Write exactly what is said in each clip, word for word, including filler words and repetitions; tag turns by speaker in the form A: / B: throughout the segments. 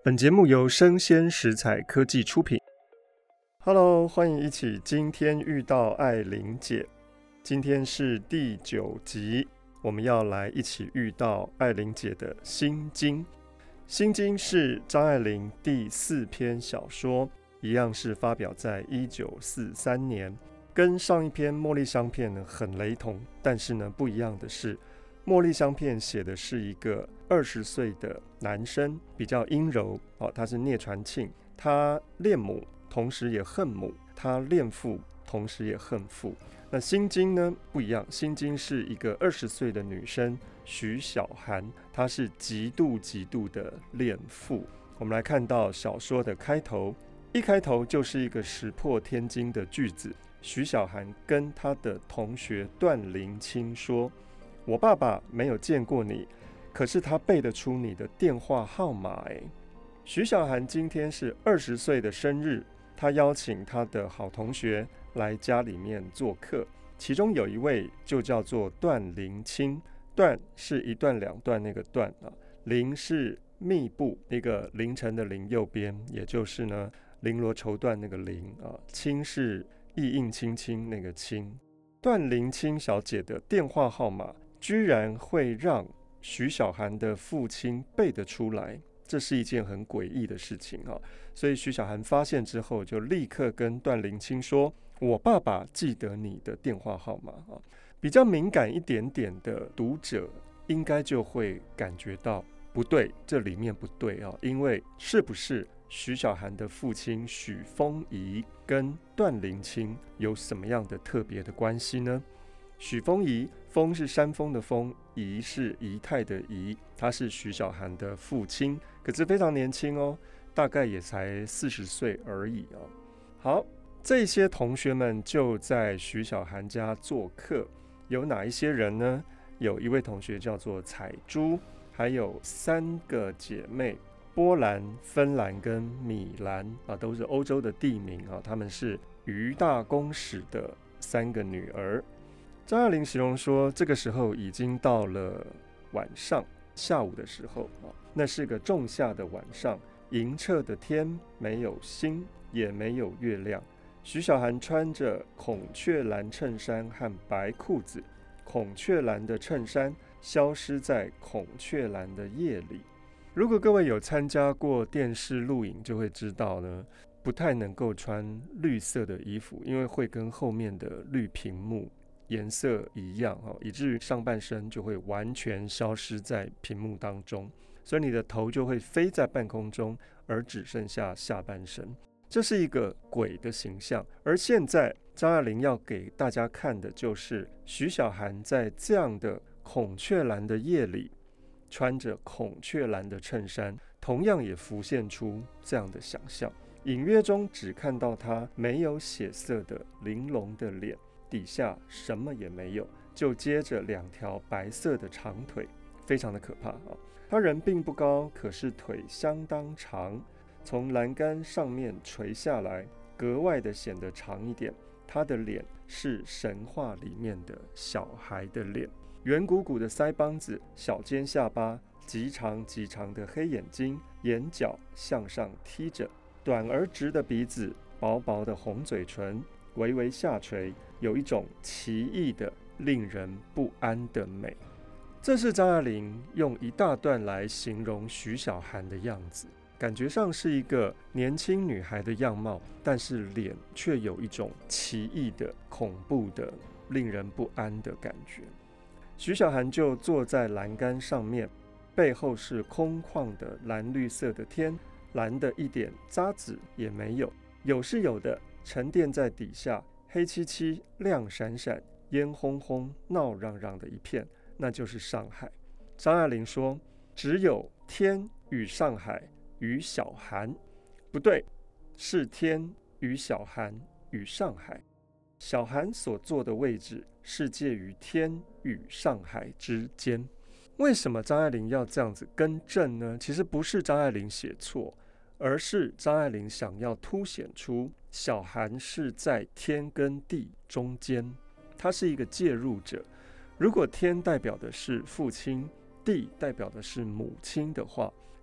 A: 本节目由生鲜食材科技出品。Hello， 欢迎一起今天遇到艾琳姐。今天是第九集，我们要来一起遇到艾琳姐的心经。心经是张爱玲第四篇小说，一样是发表在一九四三年，跟上一篇茉莉香片呢很雷同，但是呢不一样的是，茉莉香片写的是一个二十岁的男生，比较阴柔、哦、他是聂传庆，他恋母同时也恨母，他恋父同时也恨父。那心经呢不一样，心经是一个二十岁的女生徐小涵，她是极度极度的恋父。我们来看到小说的开头，一开头就是一个石破天惊的句子，徐小涵跟她的同学段灵清说，我爸爸没有见过你，可是他背得出你的电话号码诶。徐小涵今天是二十岁的生日，他邀请他的好同学来家里面做客，其中有一位就叫做段灵清，段是一段两段那个段啊，灵是密布一个凌晨的凌右边，也就是呢绫罗绸缎那个绫啊，清是意应清清那个清。段灵清小姐的电话号码居然会让徐小涵的父亲背得出来，这是一件很诡异的事情、啊、所以徐小涵发现之后就立刻跟段灵清说，我爸爸记得你的电话号码、啊、比较敏感一点点的读者应该就会感觉到不对，这里面不对、啊、因为是不是徐小涵的父亲许峰仪跟段灵清有什么样的特别的关系呢？许峰仪，峰是山峰的峰，仪是仪态的仪，他是徐小涵的父亲，可是非常年轻哦，大概也才四十岁而已哦。好，这些同学们就在徐小涵家做客，有哪一些人呢？有一位同学叫做彩珠，还有三个姐妹，波兰、芬兰跟米兰啊，都是欧洲的地名啊，他们是于大公使的三个女儿。张爱玲形容说，这个时候已经到了晚上下午的时候，那是个仲夏的晚上，银澈的天，没有星也没有月亮。徐小涵穿着孔雀蓝衬衫和白裤子，孔雀蓝的衬衫消失在孔雀蓝的夜里。如果各位有参加过电视录影就会知道呢，不太能够穿绿色的衣服，因为会跟后面的绿屏幕颜色一样，以至于上半身就会完全消失在屏幕当中，所以你的头就会飞在半空中，而只剩下下半身，这是一个鬼的形象。而现在张爱玲要给大家看的就是徐小涵在这样的孔雀蓝的夜里，穿着孔雀蓝的衬衫，同样也浮现出这样的想象。隐约中只看到她没有血色的玲珑的脸，底下什么也没有，就接着两条白色的长腿，非常的可怕啊！他人并不高，可是腿相当长，从栏杆上面垂下来，格外的显得长一点。他的脸是神话里面的小孩的脸，圆鼓鼓的腮帮子，小尖下巴，极长极长的黑眼睛，眼角向上踢着，短而直的鼻子，薄薄的红嘴唇，微微下垂，有一种奇异的令人不安的美。这是张爱玲用一大段来形容徐小涵的样子，感觉上是一个年轻女孩的样貌，但是脸却有一种奇异的、恐怖的、令人不安的感觉。徐小涵就坐在栏杆上面，背后是空旷的蓝绿色的天，蓝的一点渣子也没有，有是有的，沉淀在底下，黑漆漆、亮闪闪、烟轰轰、闹嚷嚷的一片，那就是上海。张爱玲说，只有天与上海与小涵，不对，是天与小涵与上海。小涵所坐的位置是介于天与上海之间。为什么张爱玲要这样子更正呢？其实不是张爱玲写错，而是张爱玲想要凸显出小涵是在天跟地中间，他是一个介入者。如果天代表的是父亲，地代表的是母亲的话，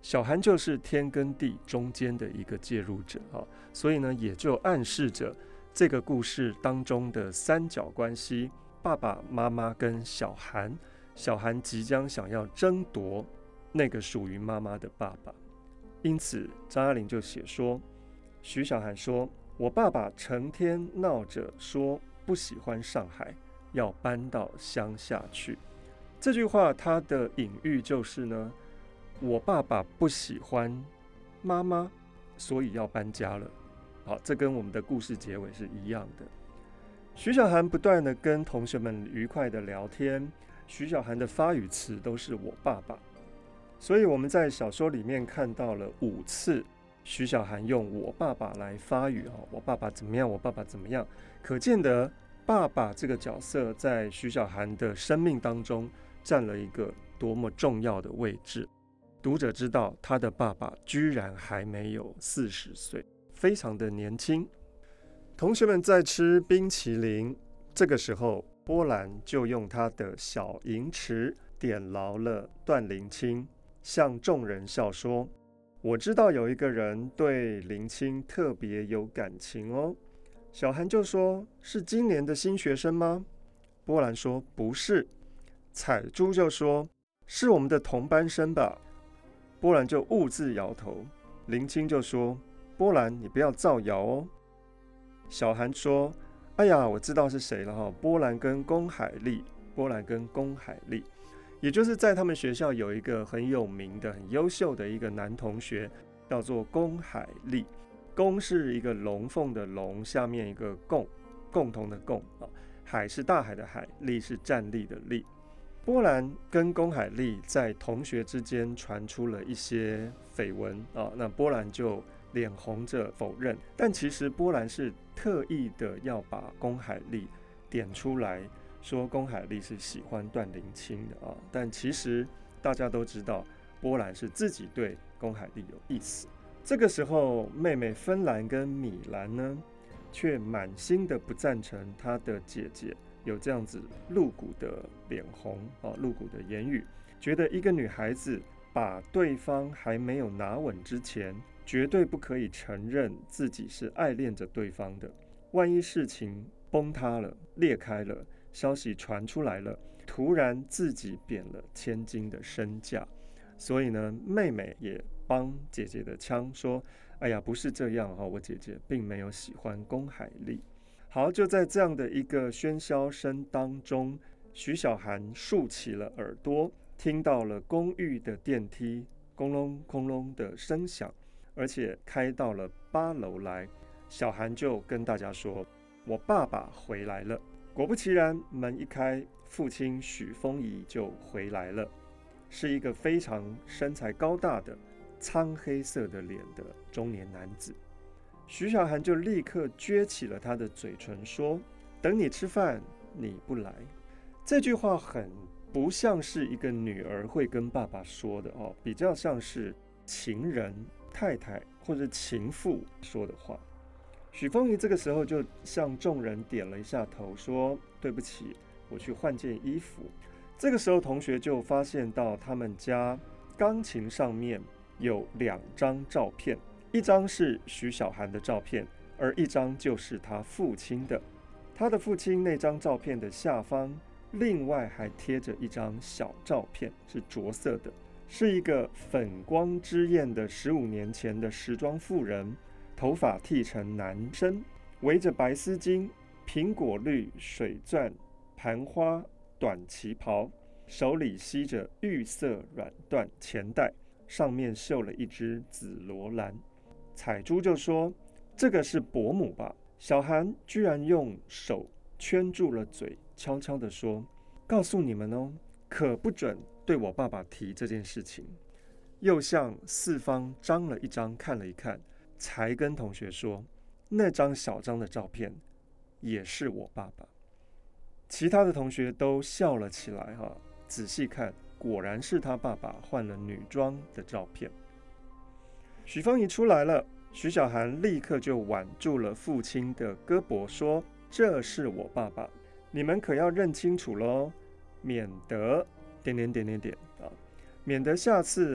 A: 小韩就是天跟地中间的一个介入者啊，所以呢，也就暗示着这个故事当中的三角关系：爸爸妈妈跟小韩，小韩即将想要争夺那个属于妈妈的爸爸。因此，张爱玲就写说，徐小涵说：“我爸爸成天闹着说不喜欢上海，要搬到乡下去。”这句话它的隐喻就是呢，我爸爸不喜欢妈妈，所以要搬家了。好，这跟我们的故事结尾是一样的。徐小涵不断的跟同学们愉快的聊天，徐小涵的发语词都是我爸爸，所以我们在小说里面看到了五次徐小涵用我爸爸来发语，我爸爸怎么样，我爸爸怎么样，可见得爸爸这个角色在徐小涵的生命当中占了一个多么重要的位置。读者知道他的爸爸居然还没有四十岁，非常的年轻。同学们在吃冰淇淋，这个时候波兰就用他的小银匙点牢了段灵清，向众人笑说：“我知道有一个人对灵清特别有感情哦。”小韩就说：“是今年的新学生吗？”波兰说：“不是。”彩珠就说：“是我们的同班生吧？”波兰就兀自摇头。灵清就说：“波兰，你不要造谣哦。”小韩说：“哎呀，我知道是谁了哈，波兰跟龚海丽，波兰跟龚海丽，也就是在他们学校有一个很有名的、很优秀的一个男同学，叫做龚海丽。龚是一个龙凤的龙，下面一个共，共同的共啊，海是大海的海，丽是站立的立。波兰跟龚海丽在同学之间传出了一些绯闻啊，那波兰就脸红着否认，但其实波兰是特意的要把龚海丽点出来，说龚海丽是喜欢段灵清的啊，但其实大家都知道，波兰是自己对龚海丽有意思。这个时候，妹妹芬兰跟米兰呢，却满心的不赞成她的姐姐有这样子露骨的脸红啊，露骨的言语，觉得一个女孩子把对方还没有拿稳之前，绝对不可以承认自己是爱恋着对方的。万一事情崩塌了、裂开了，消息传出来了，突然自己贬了千金的身价。所以呢，妹妹也帮姐姐的腔说：“哎呀，不是这样哈，我姐姐并没有喜欢龚海丽。”好，就在这样的一个喧嚣声当中，徐小涵竖起了耳朵，听到了公寓的电梯轰隆轰隆的声响，而且开到了八楼来。小涵就跟大家说：“我爸爸回来了。”果不其然，门一开，父亲许丰仪就回来了，是一个非常身材高大的苍黑色的脸的中年男子。徐小涵就立刻撅起了他的嘴唇说：“等你吃饭，你不来。”这句话很不像是一个女儿会跟爸爸说的哦，比较像是情人、太太或者情妇说的话。许丰仪这个时候就向众人点了一下头，说：“对不起，我去换件衣服。”这个时候，同学就发现到他们家钢琴上面有两张照片。一张是徐小涵的照片，而一张就是他父亲的。他的父亲那张照片的下方，另外还贴着一张小照片，是着色的，是一个粉光之艳的十五年前的时装妇人，头发剃成男生，围着白丝巾，苹果绿水钻盘花短旗袍，手里吸着玉色软缎钱袋，上面绣了一只紫罗兰。彩珠就说：“这个是伯母吧？”小涵居然用手圈住了嘴，悄悄地说：“告诉你们哦，可不准对我爸爸提这件事情。”又向四方张了一张，看了一看，才跟同学说：“那张小张的照片也是我爸爸。”其他的同学都笑了起来哈，仔细看，果然是他爸爸换了女装的照片。许丰仪出来了，徐小涵立刻就挽住了父亲的胳膊，说：“这是我爸爸，你们可要认清楚咯，免得点点点点点啊，免得下次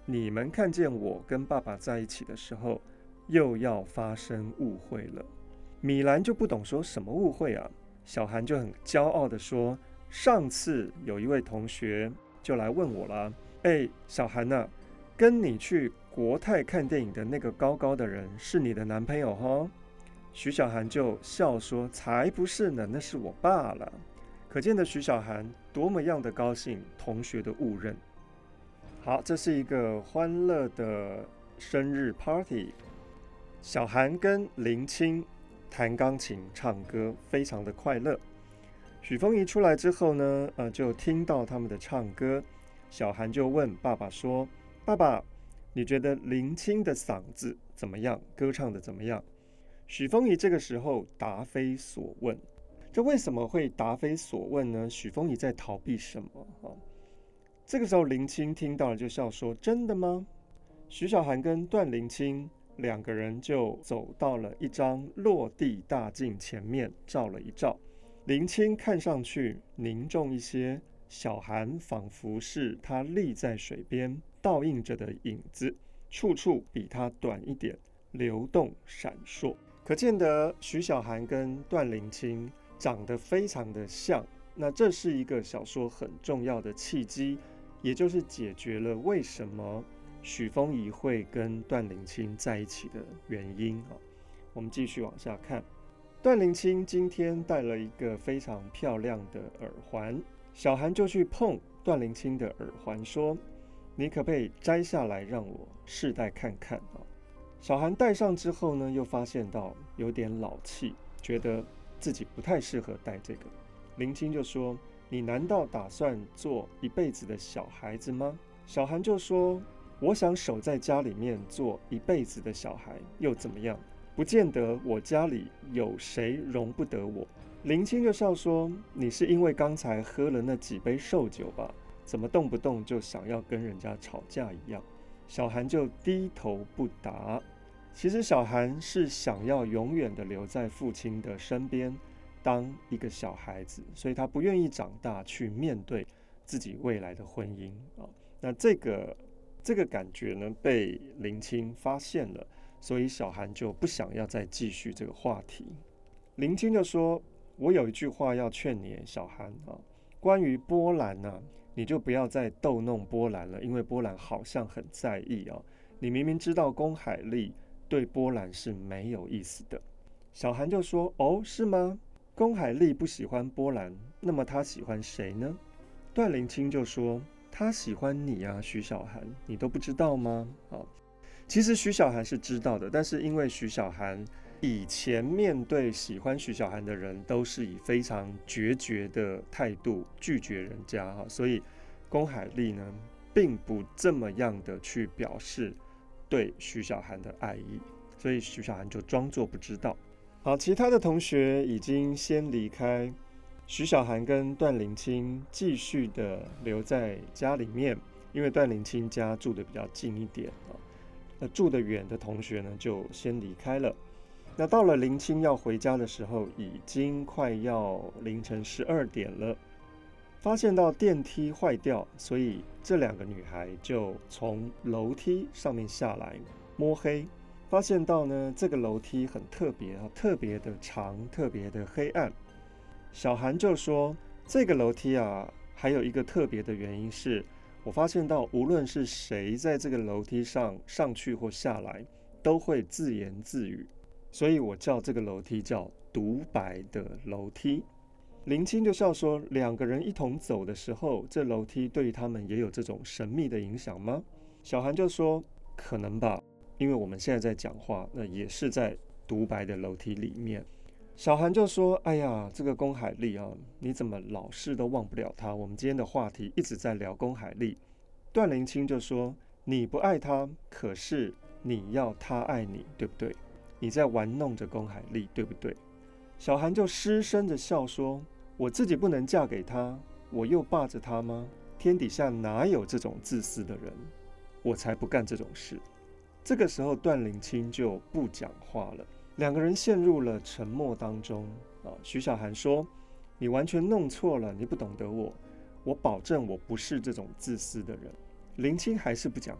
A: 你们看见我跟爸爸在一起的时候，又要发生误会了。米兰就不懂说什么误会啊，小韩就很骄傲的说，上次有一位同学就来问我了，哎，小韩啊，跟你去国泰看电影的那个高高的人是你的男朋友齁？徐小涵就笑说，才不是呢，那是我爸了。可见的徐小涵多么样的高兴同学的误认。好，这是一个欢乐的生日 party， 小涵跟林青弹钢琴唱歌，非常的快乐。许峰一出来之后呢，呃，就听到他们的唱歌，小涵就问爸爸说，爸爸，你觉得林青的嗓子怎么样？歌唱的怎么样？许峰仪这个时候答非所问。这为什么会答非所问呢？许峰仪在逃避什么？哦，这个时候林青听到了就笑说，真的吗？徐小涵跟段林青两个人就走到了一张落地大镜前面照了一照，林青看上去凝重一些，小涵仿佛是他立在水边倒映着的影子，处处比他短一点，流动闪烁。可见得徐小涵跟段林青长得非常的像，那这是一个小说很重要的契机，也就是解决了为什么许峰仪会跟段林青在一起的原因。我们继续往下看，段林青今天戴了一个非常漂亮的耳环，小涵就去碰段林青的耳环说，你可不可以摘下来让我试戴看看啊？小涵戴上之后呢，又发现到有点老气，觉得自己不太适合戴这个。林青就说，你难道打算做一辈子的小孩子吗？小涵就说，我想守在家里面做一辈子的小孩又怎么样？不见得我家里有谁容不得我。林青就笑说，你是因为刚才喝了那几杯寿酒吧？怎么动不动就想要跟人家吵架一样？小涵就低头不答。其实小涵是想要永远的留在父亲的身边，当一个小孩子，所以他不愿意长大去面对自己未来的婚姻啊。那这个这个感觉呢，被林青发现了，所以小涵就不想要再继续这个话题。林青就说，我有一句话要劝你，小涵啊，关于波兰啊，你就不要再逗弄波兰了，因为波兰好像很在意啊。你明明知道龚海丽对波兰是没有意思的。小涵就说，哦，是吗？龚海丽不喜欢波兰，那么他喜欢谁呢？段林青就说，他喜欢你啊，徐小涵，你都不知道吗？好，其实徐小涵是知道的，但是因为徐小涵以前面对喜欢徐小涵的人都是以非常决绝的态度拒绝人家，所以龚海丽呢并不这么样的去表示对徐小涵的爱意，所以徐小涵就装作不知道。好，其他的同学已經先離開，徐小涵跟段林青繼續的留在家裡面，因為段林青家住得比較近一點，那住得遠的同學呢就先離開了。那到了林青要回家的時候，已經快要凌晨十二點了，發現到電梯壞掉，所以這兩個女孩就從樓梯上面下來摸黑。發現到呢，這個樓梯很特別，特別的長，特別的黑暗。小涵就說，這個樓梯啊，還有一個特別的原因是，我發現到無論是誰在這個樓梯上上去或下來，都會自言自語，所以我叫這個樓梯叫獨白的樓梯。林青就笑說，兩個人一同走的時候，這樓梯對他們也有這種神秘的影響嗎？小涵就說，可能吧。因為我們現在在講話，那也是在獨白的樓梯裡面。小涵就說，哎呀，這個龚海麗啊，你怎麼老是都忘不了她？我們今天的話題一直在聊龚海麗。段林青就說，你不愛她，可是你要她愛你，對不對？你在玩弄着龚海麗，對不對？小涵就失聲的笑說，我自己不能嫁給她，我又霸着她嗎？天底下哪有這種自私的人？我才不幹這種事。這個時候段林青就不講話了，兩個人陷入了沉默當中。啊，徐小涵說，你完全弄錯了，你不懂得我，我保證我不是這種自私的人。林青還是不講話，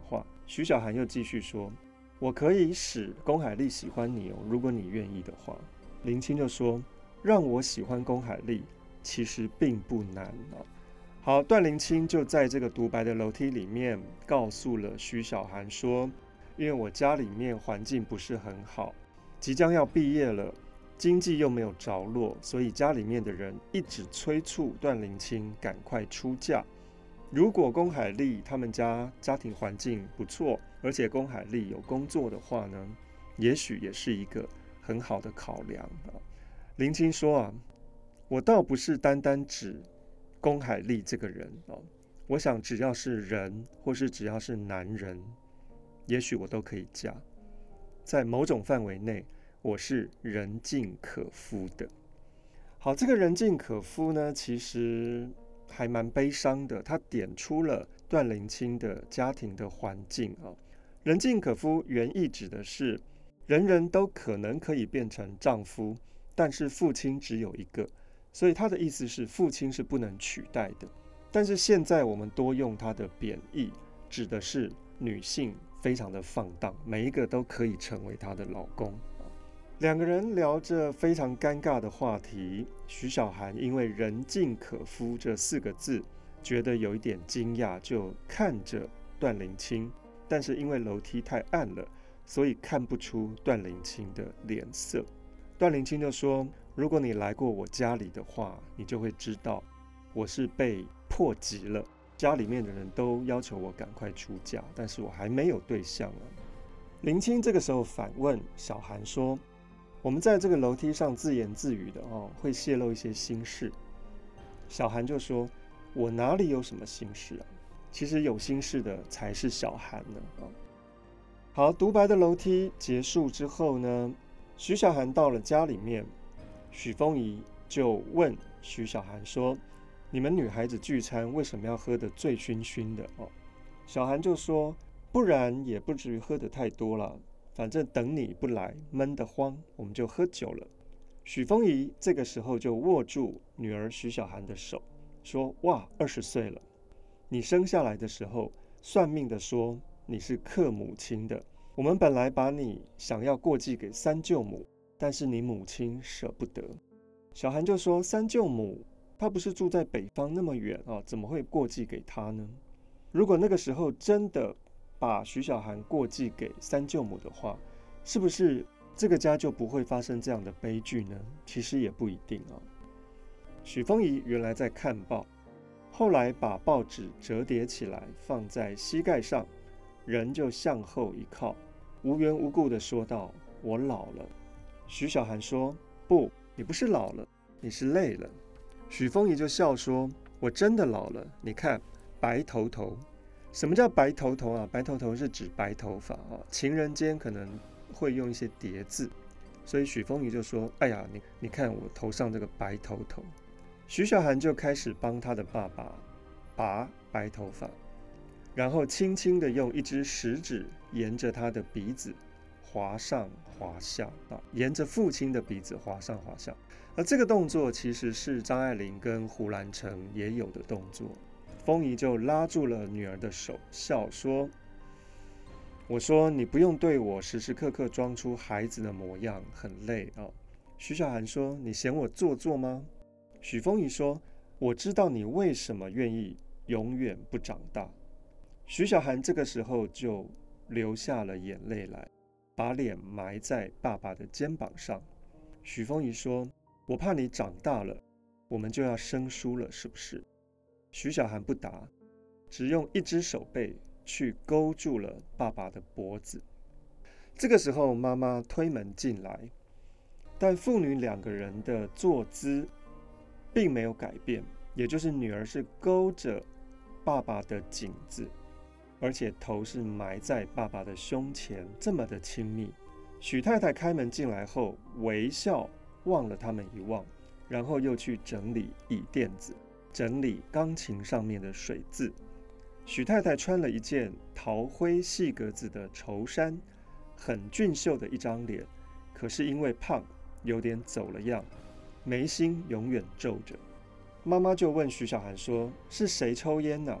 A: 徐小涵又继续说：“我可以使龚海丽喜欢你哦，如果你愿意的话。”林清就说：“让我喜欢龚海丽，其实并不难哦。”好，段灵清就在这个独白的楼梯里面告诉了徐小涵说：“因为我家里面环境不是很好，即将要毕业了，经济又没有着落，所以家里面的人一直催促段灵清赶快出嫁。如果龚海丽他们家家庭环境不错，而且龚海丽有工作的话呢，也许也是一个很好的考量啊。”林清说啊，我倒不是单单指龚海丽这个人哦，我想只要是人，或是只要是男人，也许我都可以嫁。在某种范围内，我是人尽可夫的。好，这个人尽可夫呢，其实还蛮悲伤的。他点出了段灵清的家庭的环境啊。人尽可夫原意指的是人人都可能可以变成丈夫，但是父亲只有一个，所以他的意思是父亲是不能取代的。但是现在我们多用他的贬义，指的是女性非常的放荡，每一个都可以成为她的老公。两个人聊着非常尴尬的话题，徐小涵因为人尽可夫这四个字觉得有一点惊讶，就看着段灵清，但是因为楼梯太暗了，所以看不出段灵清的脸色。段灵清就说：“如果你来过我家里的话，你就会知道我是被迫急了，家里面的人都要求我赶快出嫁，但是我还没有对象啊。”灵清这个时候反问小涵说：“我们在这个楼梯上自言自语的哦，会泄露一些心事。”小涵就说：“我哪里有什么心事啊？其实有心事的才是小涵呢。”哦，好，独白的楼梯结束之后呢，徐小涵到了家里面，许丰宜就问徐小涵说：“你们女孩子聚餐为什么要喝得醉醺醺的？”哦，小涵就说：“不然也不至于喝得太多了。反正等你不来，闷得慌，我们就喝酒了。”许丰宜这个时候就握住女儿徐小涵的手，说：“哇，二十岁了，你生下来的时候，算命的说你是克母亲的。我们本来把你想要过继给三舅母，但是你母亲舍不得。”小涵就说：“三舅母她不是住在北方那么远啊，怎么会过继给她呢？如果那个时候真的把徐小涵过继给三舅母的话，是不是这个家就不会发生这样的悲剧呢？其实也不一定啊。”许丰宜原来在看报，后来把报纸折叠起来放在膝盖上，人就向后一靠，无缘无故地说道：“我老了。”徐小涵说：“不，你不是老了，你是累了。”许丰宜就笑说：“我真的老了，你看，白头头。”什么叫白头头啊？白头头是指白头发啊，情人间可能会用一些叠字，所以许丰宜就说：“哎呀，你你看我头上这个白头头。”徐小涵就开始帮他的爸爸拔白头发，然后轻轻地用一只食指沿着他的鼻子滑上滑下啊，沿着父亲的鼻子滑上滑下。而这个动作其实是张爱玲跟胡兰成也有的动作。丰宜就拉住了女儿的手，笑说：“我说你不用对我时时刻刻装出孩子的模样，很累啊。”徐小涵说：“你嫌我做作吗？”许丰宜说：“我知道你为什么愿意永远不长大。”徐小涵这个时候就流下了眼泪来，把脸埋在爸爸的肩膀上。许丰宜说：“我怕你长大了，我们就要生疏了，是不是？”徐小涵不答，只用一只手背去勾住了爸爸的脖子。这个时候，妈妈推门进来，但父女两个人的坐姿并没有改变，也就是女儿是勾着爸爸的颈子，而且头是埋在爸爸的胸前，这么的亲密。许太太开门进来后，微笑望了他们一望，然后又去整理椅垫子，整理钢琴上面的水渍。许太太穿了一件桃灰细格子的绸衫，很俊秀的一张脸，可是因为胖，有点走了样，眉心永远皱着。妈妈就问徐小涵说：“是谁抽烟呢？”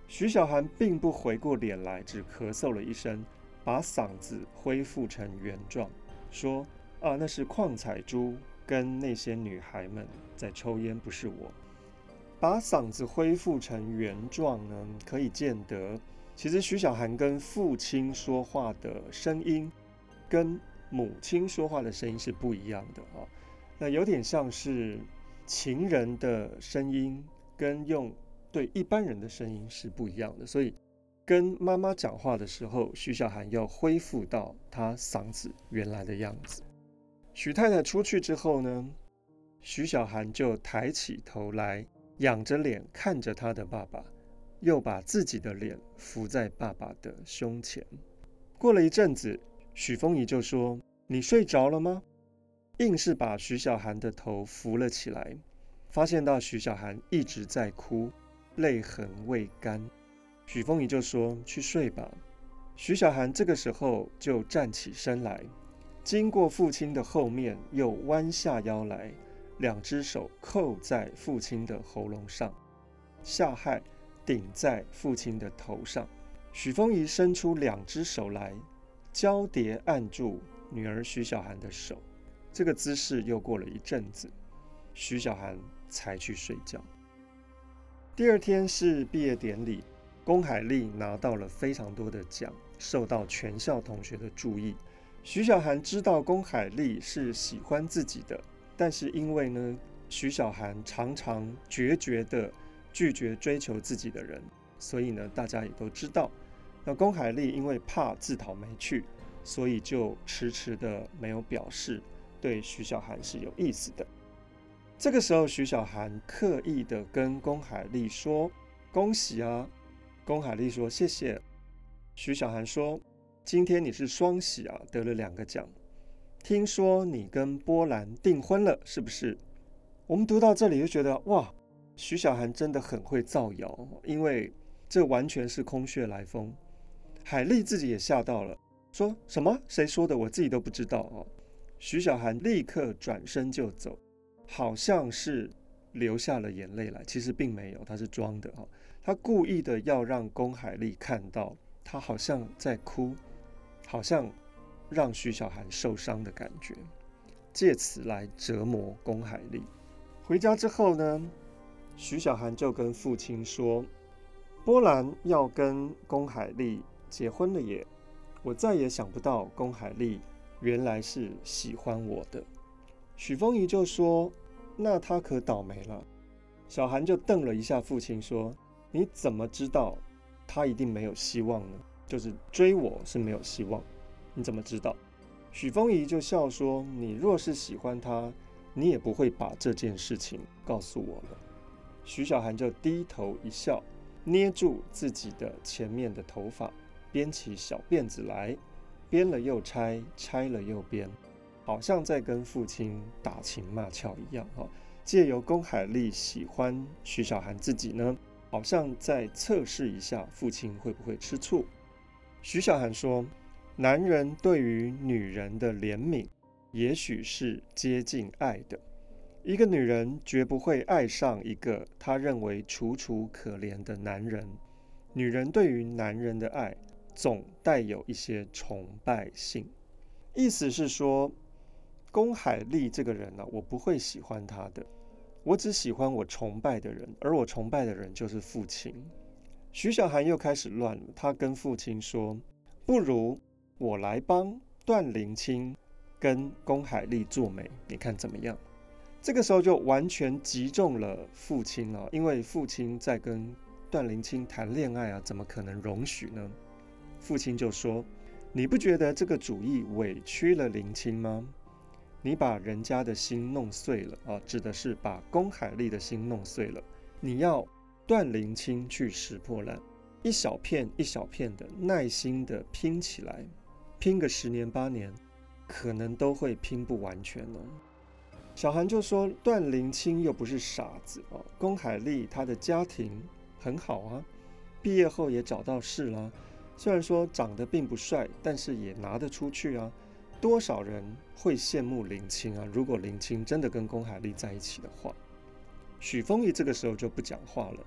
A: 徐小涵并不回过脸来，只咳嗽了一声，把嗓子恢复成原状，说：“啊，那是邝彩珠跟那些女孩们在抽烟，不是我。”把嗓子恢复成原状呢，可以见得，其实徐小涵跟父亲说话的声音，跟母亲说话的声音是不一样的啊。那有点像是情人的声音，跟用对一般人的声音是不一样的，所以跟妈妈讲话的时候，徐小涵要恢复到她嗓子原来的样子。许太太出去之后呢，徐小涵就抬起头来，仰着脸看着他的爸爸，又把自己的脸伏在爸爸的胸前。过了一阵子，许丰仪就说：“你睡着了吗？”硬是把徐小涵的头扶了起来，发现到徐小涵一直在哭，泪痕未干。许丰仪就说：“去睡吧。”徐小涵这个时候就站起身来，经过父亲的后面，又弯下腰来，两只手扣在父亲的喉咙上，下颌顶在父亲的头上。许丰仪伸出两只手来，交叠按住女儿徐小涵的手。这个姿势又过了一阵子，徐小涵才去睡觉。第二天是毕业典礼，龚海丽拿到了非常多的奖，受到全校同学的注意。徐小涵知道龚海丽是喜欢自己的，但是因为呢，徐小涵常常决绝地拒绝追求自己的人，所以呢，大家也都知道。那龚海丽因为怕自讨没趣，所以就迟迟的没有表示对徐小涵是有意思的。这个时候，徐小涵刻意的跟龚海丽说：“恭喜啊！”龚海丽说：“谢谢。”徐小涵说：“今天你是双喜啊，得了两个奖。听说你跟波兰订婚了，是不是？”我们读到这里就觉得，哇，徐小涵真的很会造谣，因为这完全是空穴来风。海丽自己也吓到了，说什么？谁说的？我自己都不知道哦。徐小涵立刻转身就走，好像是流下了眼泪来，其实并没有，他是装的。他故意的要让龚海丽看到他好像在哭，好像让徐小涵受伤的感觉，借此来折磨龚海丽。回家之后呢，徐小涵就跟父亲说：“波兰要跟龚海丽结婚了耶！我再也想不到龚海丽原来是喜欢我的。”许丰仪就说：“那他可倒霉了。”小涵就瞪了一下父亲说：“你怎么知道他一定没有希望呢？就是追我是没有希望，你怎么知道？”许丰仪就笑说：“你若是喜欢他，你也不会把这件事情告诉我了。”徐小涵就低头一笑，捏住自己的前面的头发，编起小辫子来，编了又拆，拆了又编，好像在跟父亲打情骂俏一样。借由龚海丽喜欢徐小涵自己呢，好像在测试一下父亲会不会吃醋。徐小涵说：“男人对于女人的怜悯，也许是接近爱的。一个女人绝不会爱上一个她认为楚楚可怜的男人。女人对于男人的爱，总带有一些崇拜性。”意思是说，龚海丽这个人呢、啊，我不会喜欢她的，我只喜欢我崇拜的人，而我崇拜的人就是父亲。徐小涵又开始乱了，他跟父亲说：“不如我来帮段灵清跟龚海丽做媒，你看怎么样？”这个时候就完全击中了父亲了，因为父亲在跟段灵清谈恋爱啊，怎么可能容许呢？父亲就说：“你不觉得这个主意委屈了灵清吗？你把人家的心弄碎了啊，指的是把龚海丽的心弄碎了。你要段灵清去拾破烂，一小片一小片的耐心的拼起来，拼个十年八年，可能都会拼不完全哦。”小涵就说：“段灵清又不是傻子哦，龚海丽她的家庭很好啊，毕业后也找到事啦。虽然说长得并不帅，但是也拿得出去啊。多少人会羡慕灵清啊？如果灵清真的跟龚海丽在一起的话。”许丰仪这个时候就不讲话了，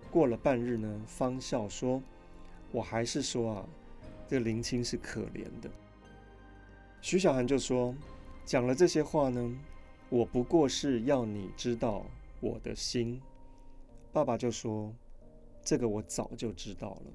A: 过了半日呢，方笑说：“我还是说啊，这个林青是可怜的。”徐小涵就说：“讲了这些话呢，我不过是要你知道我的心。”爸爸就说：“这个我早就知道了。”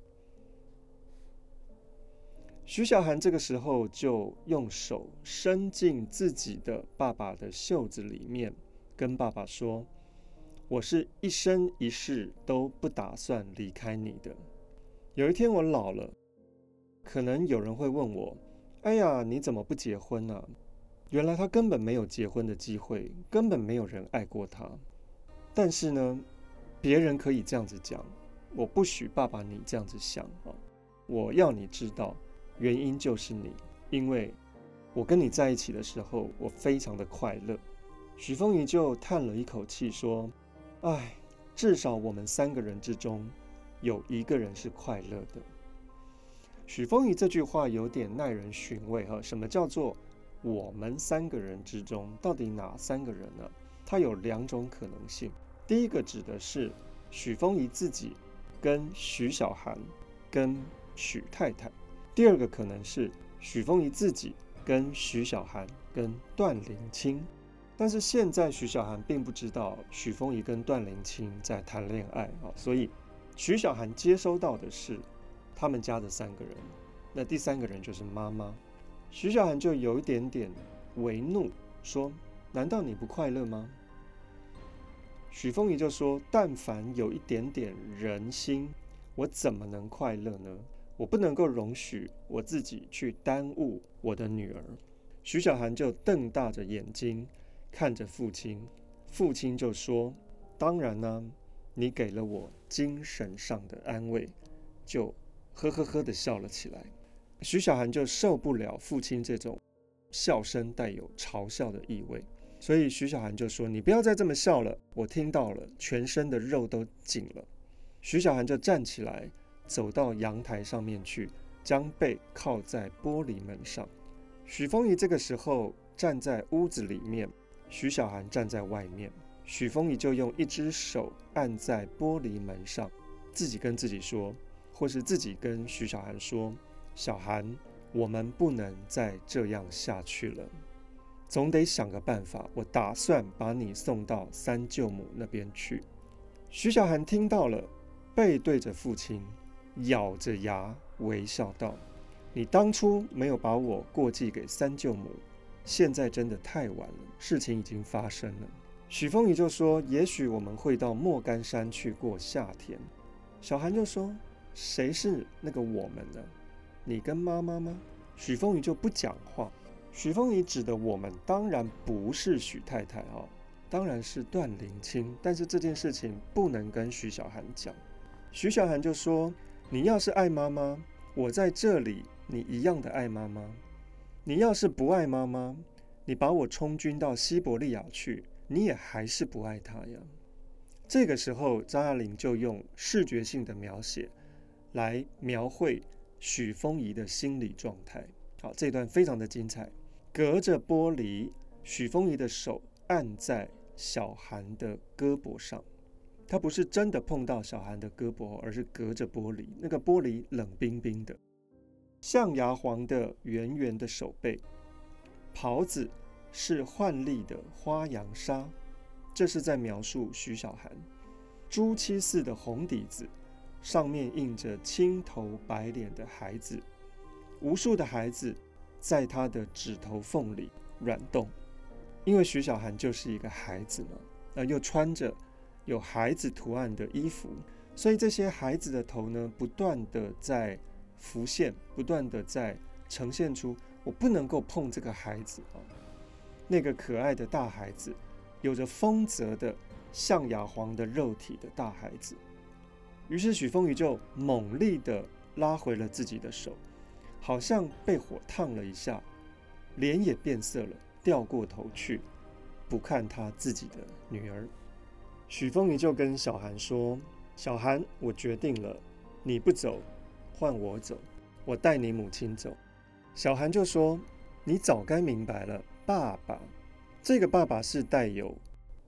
A: 徐小涵这个时候就用手伸进自己的爸爸的袖子里面，跟爸爸说：“我是一生一世都不打算离开你的。有一天我老了，可能有人会问我：哎呀，你怎么不结婚啊？原来他根本没有结婚的机会，根本没有人爱过他。但是呢，别人可以这样子讲，我不许爸爸你这样子想啊！我要你知道。原因就是你，因为我跟你在一起的时候，我非常的快乐。”许丰仪就叹了一口气说：“哎，至少我们三个人之中有一个人是快乐的。”许丰仪这句话有点耐人寻味哈，什么叫做我们三个人之中？到底哪三个人呢？它有两种可能性。第一个指的是许丰仪自己跟许小涵跟许太太。第二个可能是许丰仪自己跟许小涵跟段灵清，但是现在许小涵并不知道许丰仪跟段灵清在谈恋爱啊，所以许小涵接收到的是他们家的三个人，那第三个人就是妈妈。许小涵就有一点点为怒，说：“难道你不快乐吗？”许丰仪就说：“但凡有一点点人心，我怎么能快乐呢？我不能够容许我自己去耽误我的女儿。”徐小涵就瞪大着眼睛看着父亲，父亲就说：“当然呢、啊，你给了我精神上的安慰。”就呵呵呵的笑了起来。徐小涵就受不了父亲这种笑声带有嘲笑的意味，所以徐小涵就说：“你不要再这么笑了，我听到了，全身的肉都紧了。”徐小涵就站起来走到阳台上面去，将背靠在玻璃门上。许丰仪这个时候站在屋子里面，徐小涵站在外面。许丰仪就用一只手按在玻璃门上，自己跟自己说，或是自己跟徐小涵说：“小涵，我们不能再这样下去了，总得想个办法。我打算把你送到三舅母那边去。”徐小涵听到了，背对着父亲，咬着牙微笑道：“你当初没有把我过继给三舅母，现在真的太晚了，事情已经发生了。”许丰仪就说：“也许我们会到莫干山去过夏天。”小涵就说：“谁是那个我们呢？你跟妈妈吗？”许丰仪就不讲话。许丰仪指的我们当然不是许太太哦，当然是段灵清，但是这件事情不能跟徐小涵讲。徐小涵就说：“你要是爱妈妈，我在这里，你一样的爱妈妈；你要是不爱妈妈，你把我充军到西伯利亚去，你也还是不爱她呀。”这个时候，张爱玲就用视觉性的描写来描绘许丰仪的心理状态。好，这段非常的精彩。隔着玻璃，许丰仪的手按在小涵的胳膊上，他不是真的碰到小涵的胳膊，而是隔着玻璃，那个玻璃冷冰冰的，象牙黄的圆圆的手背，袍子是焕丽的花洋纱，这是在描述徐小涵。朱漆似的红底子，上面印着青头白脸的孩子，无数的孩子在他的指头缝里软动，因为徐小涵就是一个孩子嘛，呃，又穿着有孩子图案的衣服，所以这些孩子的头呢，不断的在浮现，不断的在呈现出我不能够碰这个孩子啊，那个可爱的大孩子，有着丰泽的象牙黄的肉体的大孩子。于是许丰仪就猛力的拉回了自己的手，好像被火烫了一下，脸也变色了，掉过头去，不看他自己的女儿。许丰仪就跟小涵说：“小涵，我决定了，你不走，换我走，我带你母亲走。”小涵就说：“你早该明白了，爸爸。”这个爸爸是带有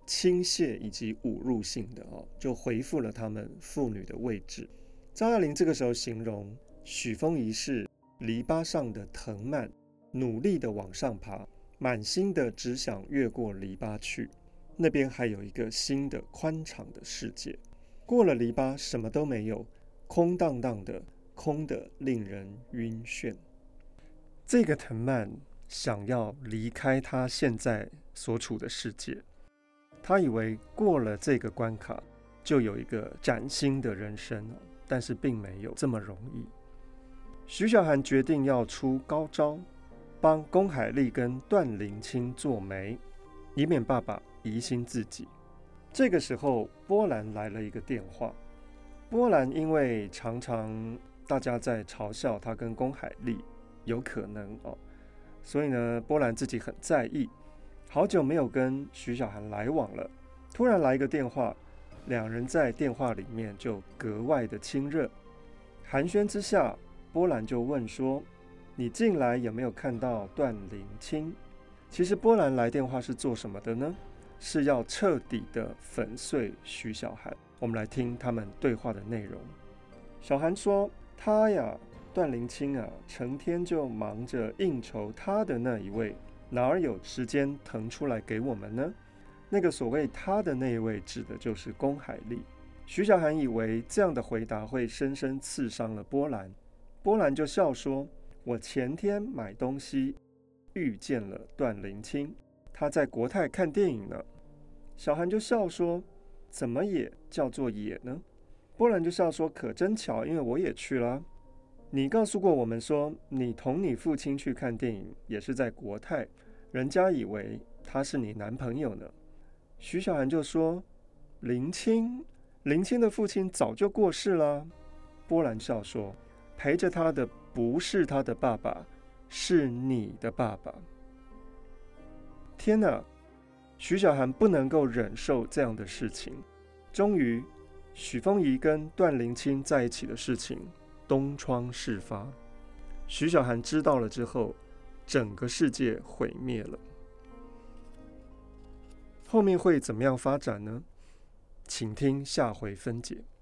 A: 轻蔑以及侮辱性的哦，就回复了他们妇女的位置。张爱玲这个时候形容许丰仪是篱笆上的藤蔓，努力的往上爬，满心的只想越过篱笆去，那边还有一个新的宽敞的世界。过了篱笆，什么都没有，空荡荡的，空的令人晕眩。这个藤蔓想要离开他现在所处的世界，他以为过了这个关卡就有一个崭新的人生，但是并没有这么容易。徐小涵决定要出高招，帮龚海丽跟段灵清做媒，以免爸爸疑心自己。这个时候波兰来了一个电话，波兰因为常常大家在嘲笑他跟龚海丽有可能哦，所以呢，波兰自己很在意，好久没有跟徐小涵来往了。突然来一个电话，两人在电话里面就格外的亲热。寒暄之下，波兰就问说：“你进来有没有看到段灵清？”其实波兰来电话是做什么的呢？是要彻底的粉碎徐小涵。我们来听他们对话的内容。小涵说：“他呀。段灵清啊，成天就忙着应酬他的那一位，哪有时间腾出来给我们呢？那个所谓他的那一位，指的就是龚海丽。”徐小涵以为这样的回答会深深刺伤了波兰，波兰就笑说：“我前天买东西遇见了段灵清，他在国泰看电影呢。”小涵就笑说：“怎么也叫做也呢？”波兰就笑说：“可真巧，因为我也去了。你告诉过我们说，你同你父亲去看电影也是在国泰，人家以为他是你男朋友呢。”徐小涵就说：“灵清，灵清的父亲早就过世了。”波兰笑说：“陪着他的不是他的爸爸，是你的爸爸。”天哪！徐小涵不能够忍受这样的事情。终于，许丰仪跟段灵清在一起的事情东窗事发，徐小涵知道了之后，整个世界毁灭了。后面会怎么样发展呢？请听下回分解。